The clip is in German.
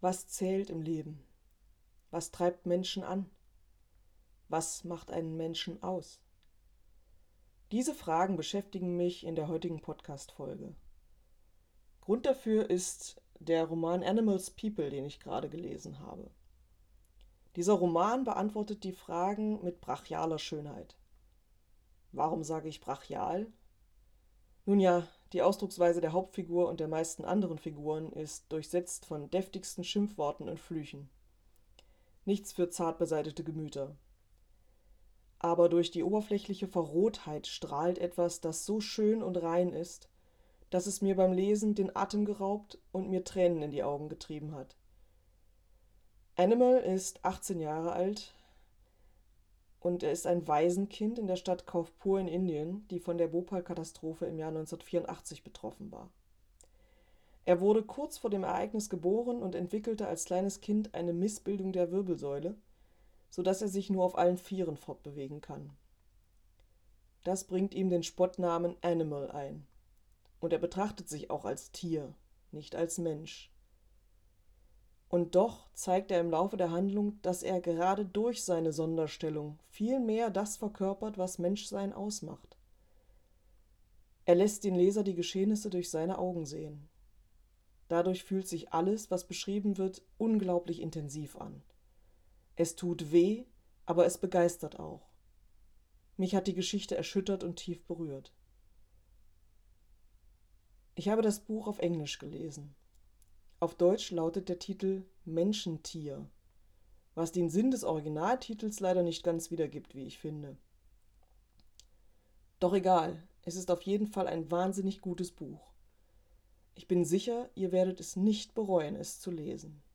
Was zählt im Leben? Was treibt Menschen an? Was macht einen Menschen aus? Diese Fragen beschäftigen mich in der heutigen Podcast-Folge. Grund dafür ist der Roman Animals People, den ich gerade gelesen habe. Dieser Roman beantwortet die Fragen mit brachialer Schönheit. Warum sage ich brachial? Nun ja, die Ausdrucksweise der Hauptfigur und der meisten anderen Figuren ist durchsetzt von deftigsten Schimpfworten und Flüchen. Nichts für zart beseitete Gemüter. Aber durch die oberflächliche Verrohtheit strahlt etwas, das so schön und rein ist, dass es mir beim Lesen den Atem geraubt und mir Tränen in die Augen getrieben hat. Animal ist 18 Jahre alt und er ist ein Waisenkind in der Stadt Kaufpur in Indien, die von der Bhopal-Katastrophe im Jahr 1984 betroffen war. Er wurde kurz vor dem Ereignis geboren und entwickelte als kleines Kind eine Missbildung der Wirbelsäule, sodass er sich nur auf allen Vieren fortbewegen kann. Das bringt ihm den Spottnamen Animal ein. Und er betrachtet sich auch als Tier, nicht als Mensch. Und doch zeigt er im Laufe der Handlung, dass er gerade durch seine Sonderstellung viel mehr das verkörpert, was Menschsein ausmacht. Er lässt den Leser die Geschehnisse durch seine Augen sehen. Dadurch fühlt sich alles, was beschrieben wird, unglaublich intensiv an. Es tut weh, aber es begeistert auch. Mich hat die Geschichte erschüttert und tief berührt. Ich habe das Buch auf Englisch gelesen. Auf Deutsch lautet der Titel Menschentier, was den Sinn des Originaltitels leider nicht ganz wiedergibt, wie ich finde. Doch egal, es ist auf jeden Fall ein wahnsinnig gutes Buch. Ich bin sicher, ihr werdet es nicht bereuen, es zu lesen.